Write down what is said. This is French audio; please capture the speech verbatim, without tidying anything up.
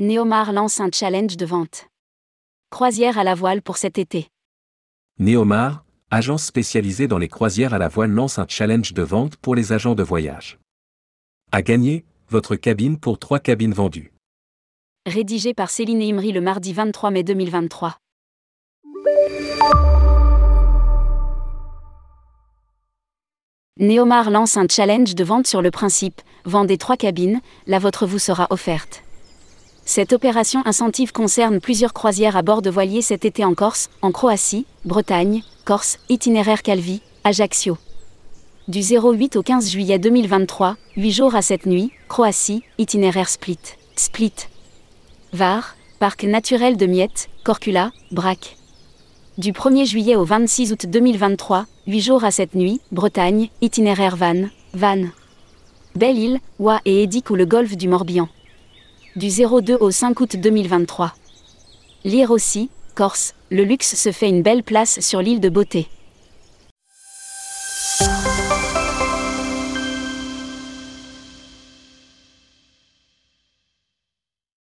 Neomar lance un challenge de vente. Croisière à la voile pour cet été. Neomar, agence spécialisée dans les croisières à la voile, lance un challenge de vente pour les agents de voyage. À gagner, votre cabine pour trois cabines vendues. Rédigé par Céline Imri le mardi vingt-trois mai deux mille vingt-trois. Neomar lance un challenge de vente sur le principe « Vendez trois cabines, la vôtre vous sera offerte ». Cette opération incentive concerne plusieurs croisières à bord de voiliers cet été en Corse, en Croatie, Bretagne, Corse, itinéraire Calvi, Ajaccio. Du zéro huit au quinze juillet deux mille vingt-trois, huit jours à sept nuits, Croatie, itinéraire Split, Split. Var, parc naturel de Miette, Corcula, Brac. Du premier juillet au vingt-six août deux mille vingt-trois, huit jours à sept nuits, Bretagne, itinéraire Vannes, Vannes. Belle-Île, Oie et Édic ou le golfe du Morbihan. Du zéro deux au cinq août deux mille vingt-trois. Lire aussi, Corse, le luxe se fait une belle place sur l'île de Beauté.